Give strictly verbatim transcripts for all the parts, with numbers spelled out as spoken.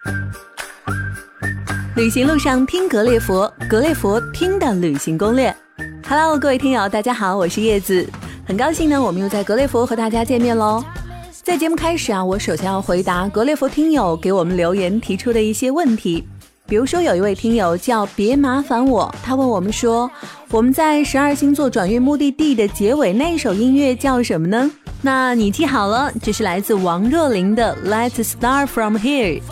旅行路上听格列佛，格列佛听的旅行攻略。Hello， 各位听友，大家好，我是叶子，很高兴呢，我们又在格列佛和大家见面喽。在节目开始啊，我首先要回答格列佛听友给我们留言提出的一些问题。比如说有一位听友叫别麻烦我，他问我们说，我们在十二星座转运目的地的结尾那首音乐叫什么呢？那你记好了，这是来自王若琳的 Let's Start From Here。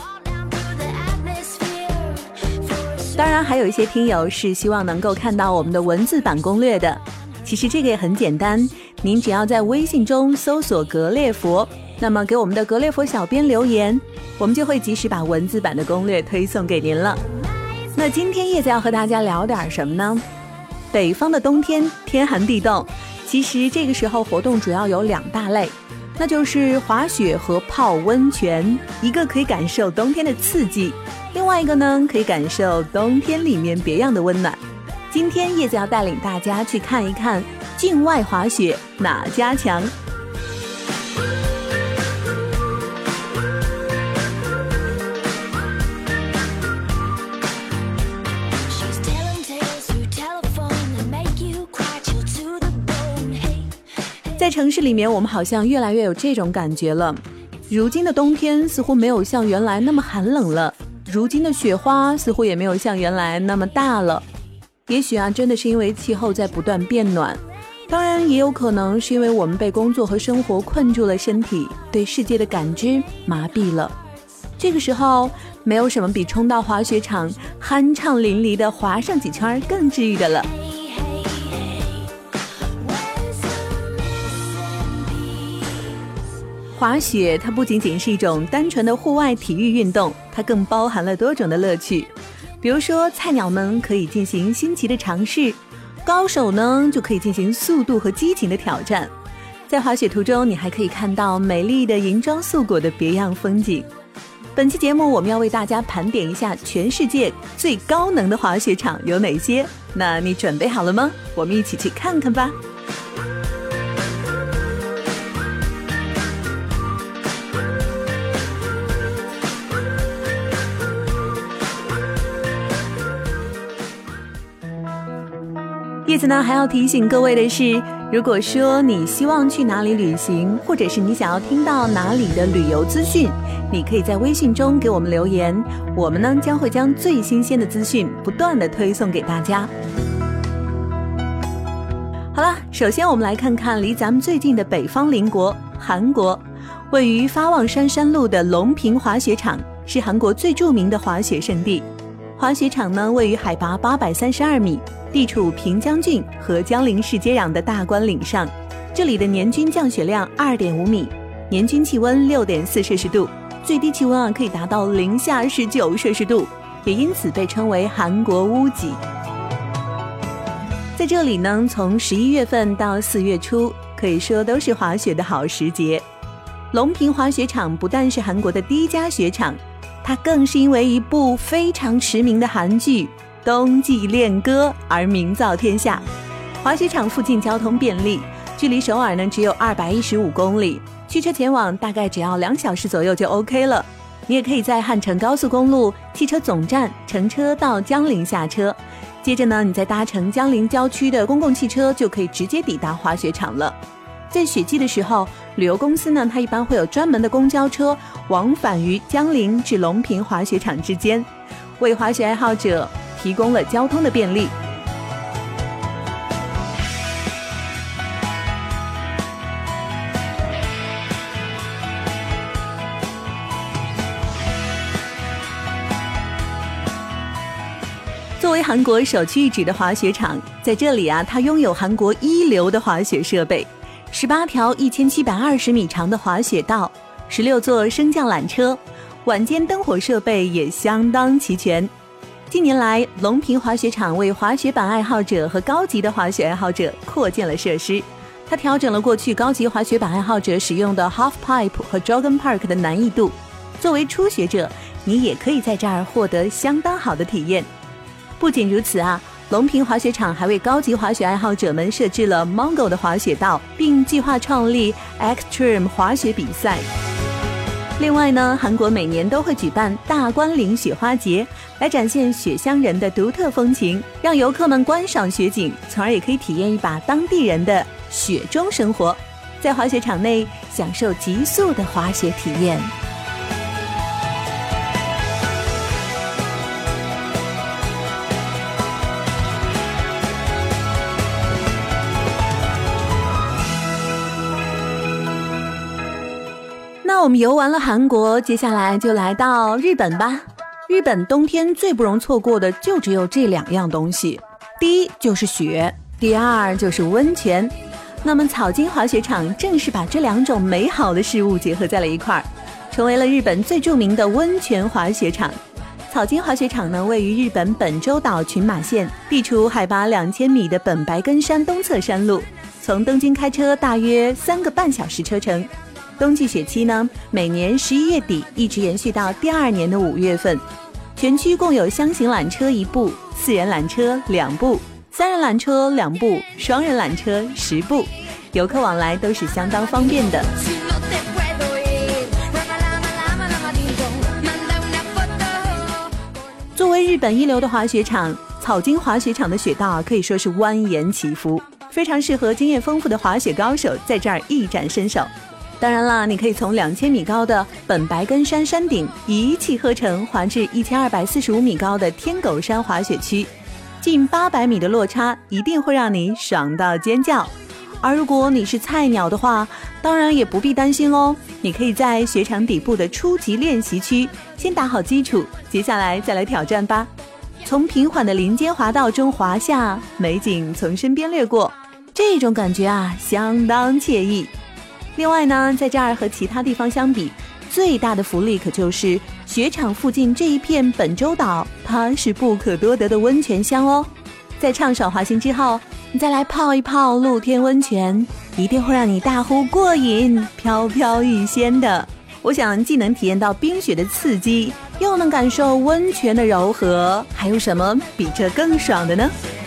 当然还有一些听友是希望能够看到我们的文字版攻略的，其实这个也很简单，您只要在微信中搜索格列佛，那么给我们的格列佛小编留言，我们就会及时把文字版的攻略推送给您了。那今天叶子要和大家聊点什么呢？北方的冬天天寒地冻，其实这个时候活动主要有两大类，那就是滑雪和泡温泉，一个可以感受冬天的刺激，另外一个呢可以感受冬天里面别样的温暖。今天叶子要带领大家去看一看境外滑雪哪家强。在城市里面，我们好像越来越有这种感觉了，如今的冬天似乎没有像原来那么寒冷了，如今的雪花似乎也没有像原来那么大了。也许啊，真的是因为气候在不断变暖，当然也有可能是因为我们被工作和生活困住了身体，对世界的感知麻痹了。这个时候，没有什么比冲到滑雪场酣畅淋漓的滑上几圈更治愈的了。滑雪它不仅仅是一种单纯的户外体育运动，它更包含了多种的乐趣。比如说菜鸟们可以进行新奇的尝试，高手呢就可以进行速度和激情的挑战。在滑雪途中，你还可以看到美丽的银装素裹的别样风景。本期节目我们要为大家盘点一下全世界最高能的滑雪场有哪些，那你准备好了吗？我们一起去看看吧。叶子呢还要提醒各位的是，如果说你希望去哪里旅行，或者是你想要听到哪里的旅游资讯，你可以在微信中给我们留言，我们呢将会将最新鲜的资讯不断的推送给大家。好了，首先我们来看看离咱们最近的北方邻国韩国。位于发望山山路的龙平滑雪场是韩国最著名的滑雪胜地。滑雪场呢位于海拔八百三十二米，地处平江郡和江陵市接壤的大关岭上，这里的年均降雪量 二点五米，年均气温 六点四摄氏度，最低气温啊可以达到零下十九摄氏度，也因此被称为韩国屋脊。在这里呢，从十一月份到四月初，可以说都是滑雪的好时节。龙平滑雪场不但是韩国的第一家雪场，它更是因为一部非常驰名的韩剧《冬季恋歌》而名噪天下。滑雪场附近交通便利，距离首尔呢只有二百一十五公里，驱车前往大概只要两小时左右就 OK 了。你也可以在汉城高速公路汽车总站乘车到江陵下车，接着呢你再搭乘江陵郊区的公共汽车就可以直接抵达滑雪场了。在雪季的时候，旅游公司呢它一般会有专门的公交车往返于江陵至龙平滑雪场之间，为滑雪爱好者提供了交通的便利。作为韩国首屈一指的滑雪场，在这里啊，它拥有韩国一流的滑雪设备，十八条一千七百二十米长的滑雪道，十六座升降缆车，晚间灯火设备也相当齐全。近年来，龙平滑雪场为滑雪板爱好者和高级的滑雪爱好者扩建了设施。它调整了过去高级滑雪板爱好者使用的 Half Pipe 和 Dragon Park 的难易度。作为初学者，你也可以在这儿获得相当好的体验。不仅如此啊，龙平滑雪场还为高级滑雪爱好者们设置了 Mongo 的滑雪道，并计划创立 Extreme 滑雪比赛。 另外呢，韩国每年都会举办大关岭雪花节，来展现雪乡人的独特风情，让游客们观赏雪景，从而也可以体验一把当地人的雪中生活，在滑雪场内享受极速的滑雪体验。那我们游完了韩国，接下来就来到日本吧。日本冬天最不容错过的就只有这两样东西，第一就是雪，第二就是温泉。那么草津滑雪场正是把这两种美好的事物结合在了一块儿，成为了日本最著名的温泉滑雪场。草津滑雪场呢，位于日本本州岛群马县，地处海拔两千米的本白根山东侧山路，从东京开车大约三个半小时车程。冬季雪期呢，每年十一月底一直延续到第二年的五月份。全区共有箱型缆车一部，四人缆车两部，三人缆车两部，双人缆车十部，游客往来都是相当方便的。作为日本一流的滑雪场，草津滑雪场的雪道可以说是蜿蜒起伏，非常适合经验丰富的滑雪高手在这儿一展身手。当然了，你可以从两千米高的本白根山山顶一气呵成滑至一千二百四十五米高的天狗山滑雪区，近八百米的落差一定会让你爽到尖叫。而如果你是菜鸟的话，当然也不必担心哦，你可以在雪场底部的初级练习区先打好基础，接下来再来挑战吧。从平缓的林间滑道中滑下，美景从身边掠过，这种感觉啊，相当惬意。另外呢，在这儿和其他地方相比，最大的福利可就是雪场附近这一片本州岛，它是不可多得的温泉乡哦。在畅爽滑行之后，你再来泡一泡露天温泉，一定会让你大呼过瘾，飘飘欲仙的。我想既能体验到冰雪的刺激，又能感受温泉的柔和，还有什么比这更爽的呢？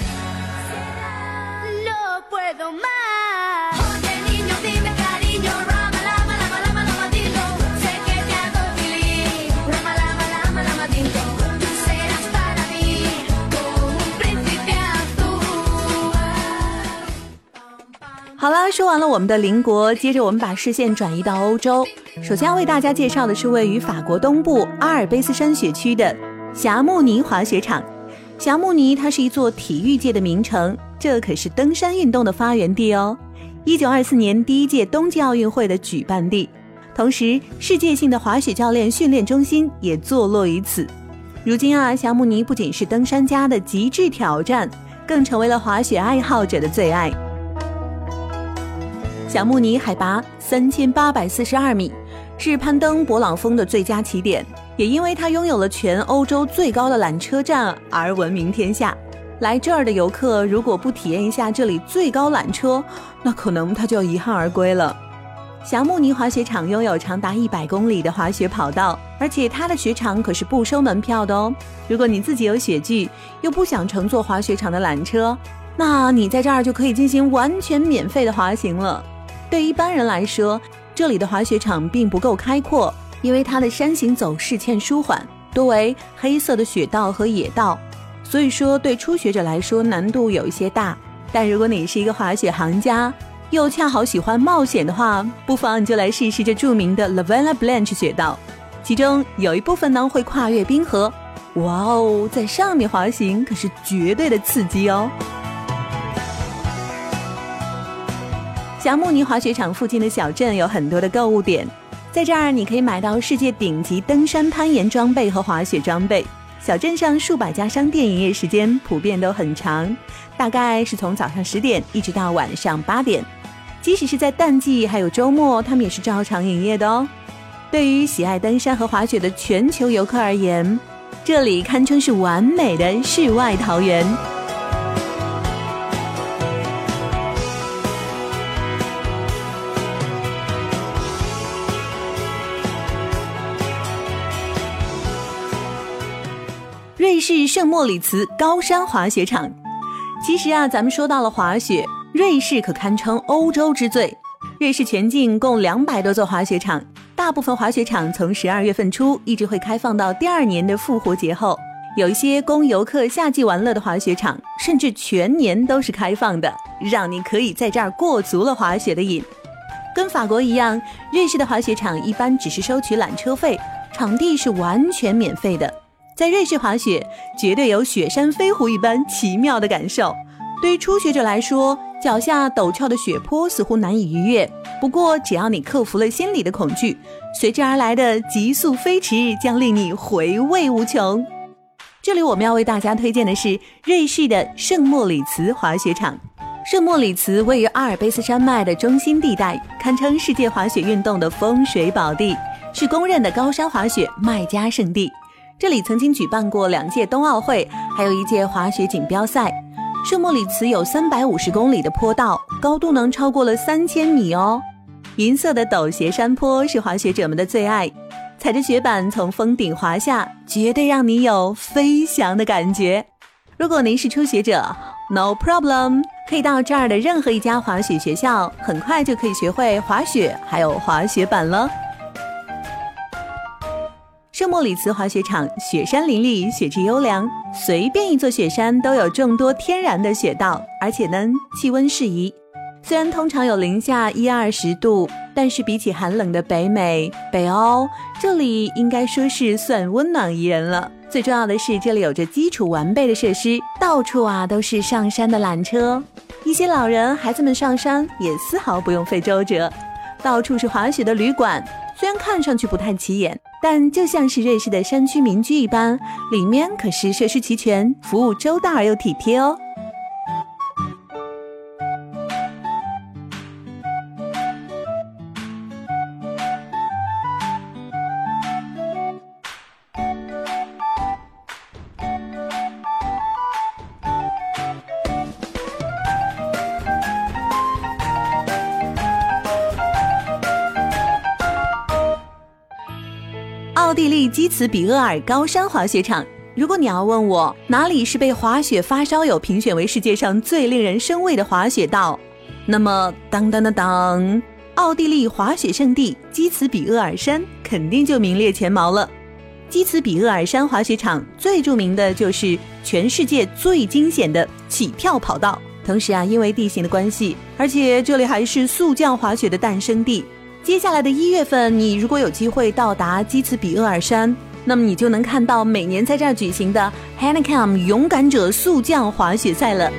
好了，说完了我们的邻国，接着我们把视线转移到欧洲。首先要为大家介绍的是位于法国东部阿尔卑斯山雪区的霞慕尼滑雪场。霞慕尼它是一座体育界的名城，这可是登山运动的发源地哦。一九二四年第一届冬季奥运会的举办地，同时世界性的滑雪教练训练中心也坐落于此。如今啊，霞慕尼不仅是登山家的极致挑战，更成为了滑雪爱好者的最爱。霞慕尼海拔三千八百四十二米，是攀登勃朗峰的最佳起点，也因为它拥有了全欧洲最高的缆车站而闻名天下。来这儿的游客如果不体验一下这里最高缆车，那可能他就要遗憾而归了。霞慕尼滑雪场拥有长达一百公里的滑雪跑道，而且它的雪场可是不收门票的哦。如果你自己有雪具，又不想乘坐滑雪场的缆车，那你在这儿就可以进行完全免费的滑行了。对一般人来说，这里的滑雪场并不够开阔，因为它的山形走势欠舒缓，多为黑色的雪道和野道，所以说对初学者来说难度有一些大。但如果你是一个滑雪行家，又恰好喜欢冒险的话，不妨你就来试试这著名的 Lavella Blanche 雪道，其中有一部分呢会跨越冰河，哇哦，在上面滑行可是绝对的刺激哦。霞慕尼滑雪场附近的小镇有很多的购物点，在这儿你可以买到世界顶级登山攀岩装备和滑雪装备。小镇上数百家商店营业时间普遍都很长，大概是从早上十点一直到晚上八点，即使是在淡季还有周末，他们也是照常营业的哦。对于喜爱登山和滑雪的全球游客而言，这里堪称是完美的世外桃源。瑞士圣莫里茨高山滑雪场。其实啊，咱们说到了滑雪，瑞士可堪称欧洲之最。瑞士全境共两百多座滑雪场，大大部分滑雪场从十二月份初一直会开放到第二年的复活节后，有一些供游客夏季玩乐的滑雪场甚至全年都是开放的，让你可以在这儿过足了滑雪的瘾。跟法国一样，瑞士的滑雪场一般只是收取缆车费，场地是完全免费的。在瑞士滑雪绝对有雪山飞狐一般奇妙的感受。对于初学者来说，脚下陡峭的雪坡似乎难以逾越，不过只要你克服了心里的恐惧，随之而来的急速飞驰将令你回味无穷。这里我们要为大家推荐的是瑞士的圣莫里茨滑雪场。圣莫里茨位于阿尔卑斯山脉的中心地带，堪称世界滑雪运动的风水宝地，是公认的高山滑雪麦加圣地。这里曾经举办过两届冬奥会，还有一届滑雪锦标赛。圣莫里茨有三百五十公里的坡道，高度能超过了三千米哦。银色的陡斜山坡是滑雪者们的最爱，踩着雪板从峰顶滑下，绝对让你有飞翔的感觉。如果您是初学者 ，no problem， 可以到这儿的任何一家滑雪学校，很快就可以学会滑雪还有滑雪板了。圣莫里茨滑雪场雪山林立，雪质优良，随便一座雪山都有众多天然的雪道，而且呢气温适宜。虽然通常有零下一二十度，但是比起寒冷的北美、北欧，这里应该说是算温暖宜人了。最重要的是，这里有着基础完备的设施，到处啊都是上山的缆车，一些老人、孩子们上山也丝毫不用费周折。到处是滑雪的旅馆，虽然看上去不太起眼，但就像是瑞士的山区民居一般，里面可是设施齐全，服务周到而又体贴哦。奥地利基茨比厄尔高山滑雪场，如果你要问我哪里是被滑雪发烧友评选为世界上最令人生畏的滑雪道，那么当当当当，奥地利滑雪圣地基茨比厄尔山肯定就名列前茅了。基茨比厄尔山滑雪场最著名的就是全世界最惊险的起跳跑道，同时啊，因为地形的关系，而且这里还是速降滑雪的诞生地。接下来的一月份，你如果有机会到达基茨比厄尔山，那么你就能看到每年在这儿举行的 Hanekom 勇敢者速降滑雪赛了。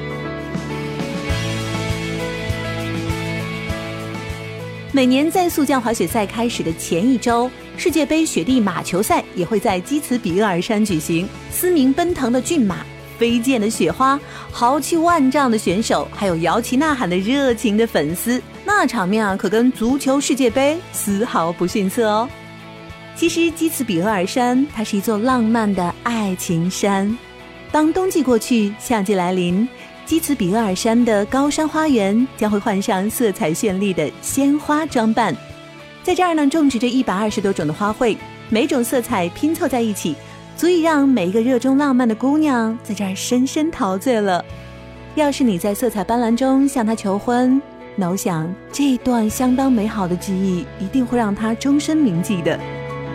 每年在速降滑雪赛开始的前一周，世界杯雪地马球赛也会在基茨比厄尔山举行。嘶鸣奔腾的骏马，飞溅的雪花，豪气万丈的选手，还有摇旗呐喊的热情的粉丝，那场面啊，可跟足球世界杯丝毫不逊色哦。其实基茨比厄尔山它是一座浪漫的爱情山。当冬季过去，夏季来临，基茨比厄尔山的高山花园将会换上色彩绚丽的鲜花装扮。在这儿呢，种植着一百二十多种的花卉，每种色彩拼凑在一起，足以让每一个热衷浪漫的姑娘在这儿深深陶醉了。要是你在色彩斑斓中向她求婚，那我想这段相当美好的记忆一定会让她终身铭记的。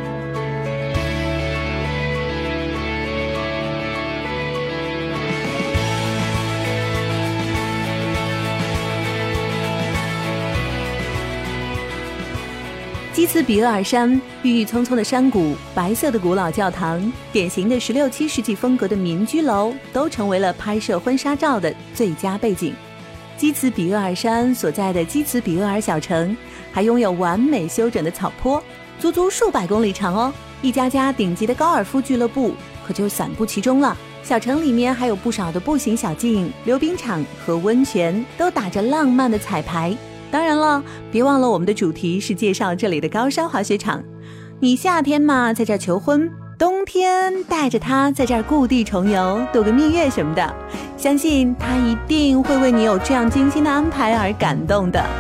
基茨比厄尔山郁郁葱葱的山谷，白色的古老教堂，典型的十六七世纪风格的民居楼，都成为了拍摄婚纱照的最佳背景。基茨比厄尔山所在的基茨比厄尔小城还拥有完美修整的草坡，足足数百公里长哦。一家家顶级的高尔夫俱乐部可就散布其中了。小城里面还有不少的步行小径、溜冰场和温泉，都打着浪漫的彩排。当然了，别忘了我们的主题是介绍这里的高山滑雪场。你夏天嘛在这儿求婚，冬天带着他在这儿故地重游，度个蜜月什么的，相信他一定会为你有这样精心的安排而感动的。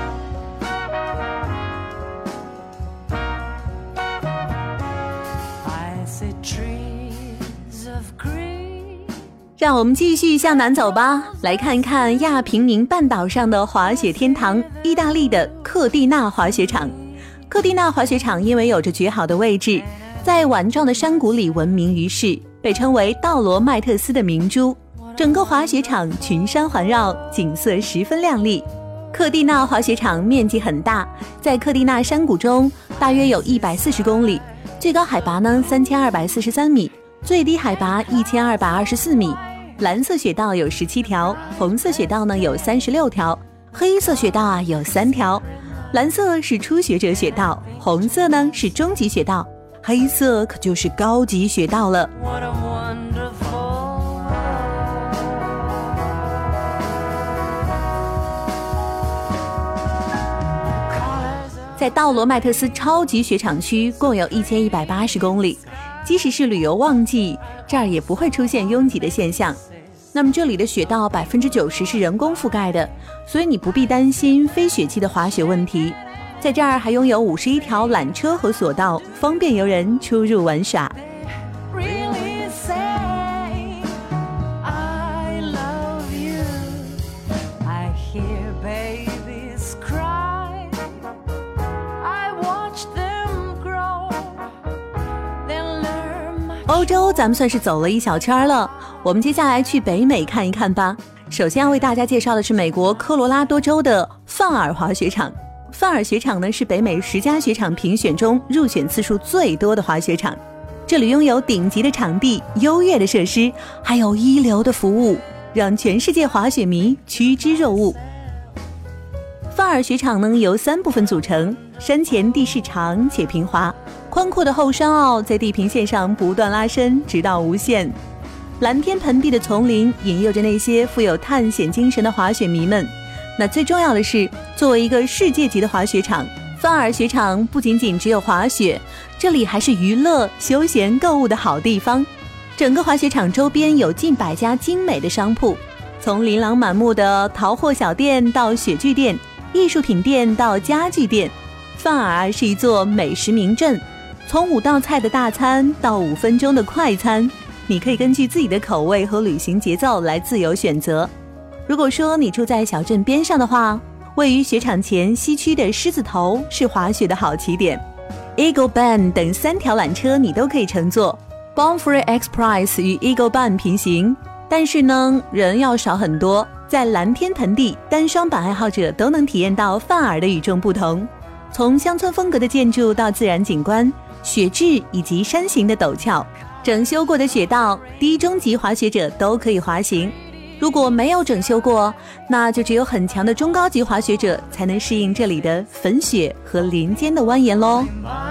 让我们继续向南走吧，来看一看亚平宁半岛上的滑雪天堂——意大利的克蒂纳滑雪场。 科蒂纳滑雪场因为有着绝好的位置，在碗状的山谷里闻名于世，被称为道罗麦特斯的明珠。整个滑雪场群山环绕，景色十分亮丽。科蒂纳滑雪场面积很大，在科蒂纳山谷中大约有一百四十公里，最高海拔呢三千二百四十三米，最低海拔一千二百二十四米。蓝色雪道有十七条，红色雪道呢有三十六条，黑色雪道啊有三条。蓝色是初学者雪道，红色呢是中级雪道，黑色可就是高级雪道了。在道罗麦特斯超级雪场区共有一千一百八十公里，即使是旅游旺季，这儿也不会出现拥挤的现象。那么这里的雪道百分之九十是人工覆盖的，所以你不必担心非雪季的滑雪问题。在这儿还拥有五十一条缆车和索道，方便游人出入玩耍。欧洲咱们算是走了一小圈了，我们接下来去北美看一看吧。首先要为大家介绍的是美国科罗拉多州的范尔滑雪场。范尔雪场呢是北美十家雪场评选中入选次数最多的滑雪场，这里拥有顶级的场地、优越的设施，还有一流的服务，让全世界滑雪迷趋之若鹜。范尔雪场呢由三部分组成，山前地势长且平滑，宽阔的后山坳在地平线上不断拉伸，直到无限。蓝天盆地的丛林引诱着那些富有探险精神的滑雪迷们。那最重要的是，作为一个世界级的滑雪场，范尔雪场不仅仅只有滑雪，这里还是娱乐、休闲、购物的好地方。整个滑雪场周边有近百家精美的商铺，从琳琅满目的淘货小店到雪具店、艺术品店到家具店，范尔是一座美食名镇。从五道菜的大餐到五分钟的快餐，你可以根据自己的口味和旅行节奏来自由选择。如果说你住在小镇边上的话，位于雪场前西区的狮子头是滑雪的好起点。Eagle Bend 等三条缆车你都可以乘坐， Bonfrey Express 与 Eagle Bend 平行，但是呢人要少很多。在蓝天盆地，单双板爱好者都能体验到范尔的与众不同，从乡村风格的建筑到自然景观、雪质以及山形的陡峭，整修过的雪道，低中级滑雪者都可以滑行。如果没有整修过，那就只有很强的中高级滑雪者才能适应这里的粉雪和林间的蜿蜒咯。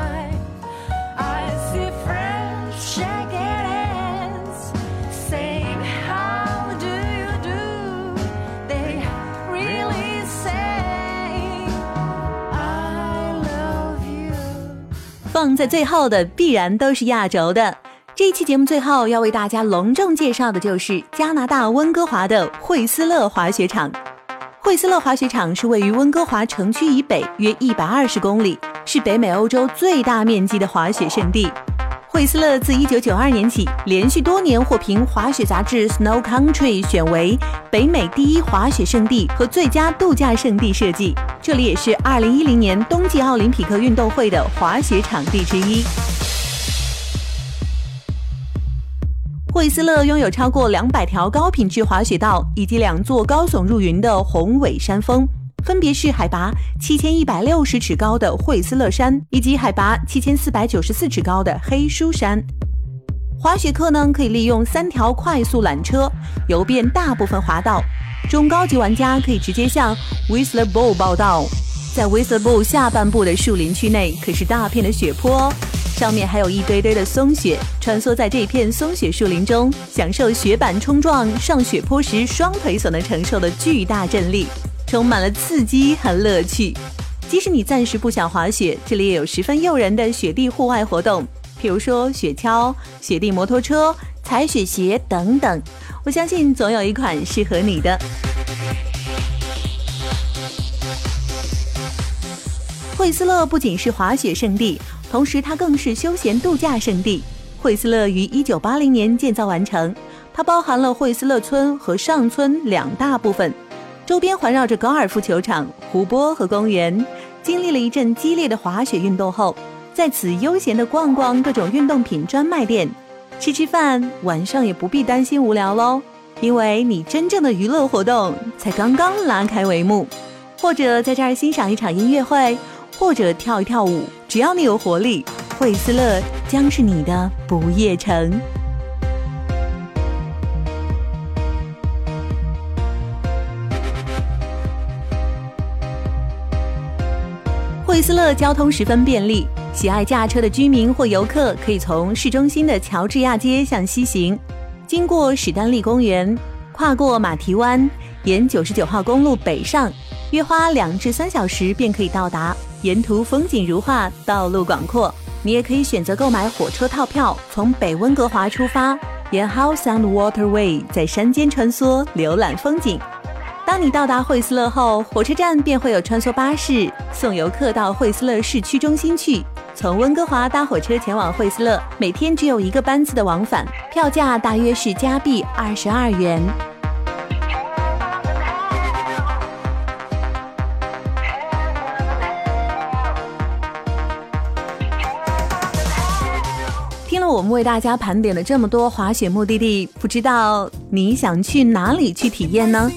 放在最后的必然都是亚洲的。这一期节目最后要为大家隆重介绍的就是加拿大温哥华的惠斯勒滑雪场。惠斯勒滑雪场是位于温哥华城区以北约一百二十公里，是北美欧洲最大面积的滑雪胜地。惠斯勒自一九九二年起连续多年获评滑雪杂志 Snow Country 选为北美第一滑雪胜地和最佳度假胜地设计，这里也是二零一零年冬季奥林匹克运动会的滑雪场地之一。惠斯勒拥有超过两百条高品质滑雪道以及两座高耸入云的宏伟山峰，分别是海拔七千一百六十尺高的惠斯勒山以及海拔七千四百九十四尺高的黑书山。滑雪客呢可以利用三条快速缆车游遍大部分滑道，中高级玩家可以直接向 Whistler Bowl 报到。在 Whistler Bowl 下半部的树林区内可是大片的雪坡哦，上面还有一堆堆的松雪，穿梭在这片松雪树林中，享受雪板冲撞上雪坡时双腿所能承受的巨大震力，充满了刺激和乐趣。即使你暂时不想滑雪，这里也有十分诱人的雪地户外活动，譬如说雪橇、雪地摩托车、踩雪鞋等等，我相信总有一款适合你的。惠斯勒不仅是滑雪胜地，同时它更是休闲度假胜地。惠斯勒于一九八零年建造完成，它包含了惠斯勒村和上村两大部分，周边环绕着高尔夫球场、湖泊和公园。 经历了一阵激烈的滑雪运动后，在此悠闲地逛逛各种运动品专卖店，吃吃饭，晚上也不必担心无聊咯，因为你真正的娱乐活动才刚刚拉开帷幕。或者在这儿欣赏一场音乐会，或者跳一跳舞，只要你有活力，惠斯勒将是你的不夜城。惠斯勒交通十分便利，喜爱驾车的居民或游客可以从市中心的乔治亚街向西行，经过史丹利公园，跨过马蹄湾，沿九十九号公路北上，约花两至三小时便可以到达。沿途风景如画，道路广阔。你也可以选择购买火车套票，从北温哥华出发，沿 Howe Sound Waterway 在山间穿梭，浏览风景。当你到达惠斯勒后，火车站便会有穿梭巴士送游客到惠斯勒市区中心去。从温哥华搭火车前往惠斯勒，每天只有一个班次的往返，票价大约是加币二十二元。听了我们为大家盘点了这么多滑雪目的地，不知道你想去哪里去体验呢？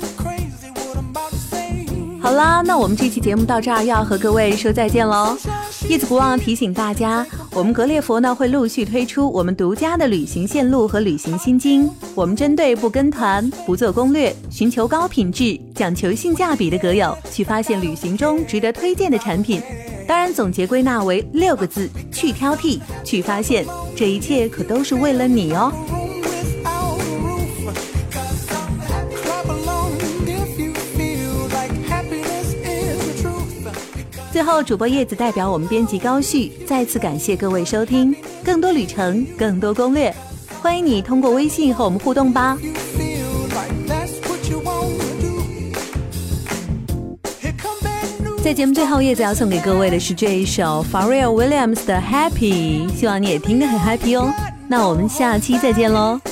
好啦，那我们这期节目到这儿要和各位说再见喽。叶子不忘提醒大家，我们格列佛呢会陆续推出我们独家的旅行线路和旅行心经。我们针对不跟团、不做攻略、寻求高品质、讲求性价比的格友，去发现旅行中值得推荐的产品。当然总结归纳为六个字：去挑剔，去发现。这一切可都是为了你哦。最后，主播叶子代表我们编辑高旭再次感谢各位收听。更多旅程，更多攻略，欢迎你通过微信和我们互动吧。在节目最后，叶子要送给各位的是这一首 Pharrell Williams 的 Happy， 希望你也听得很 happy 哦。那我们下期再见咯。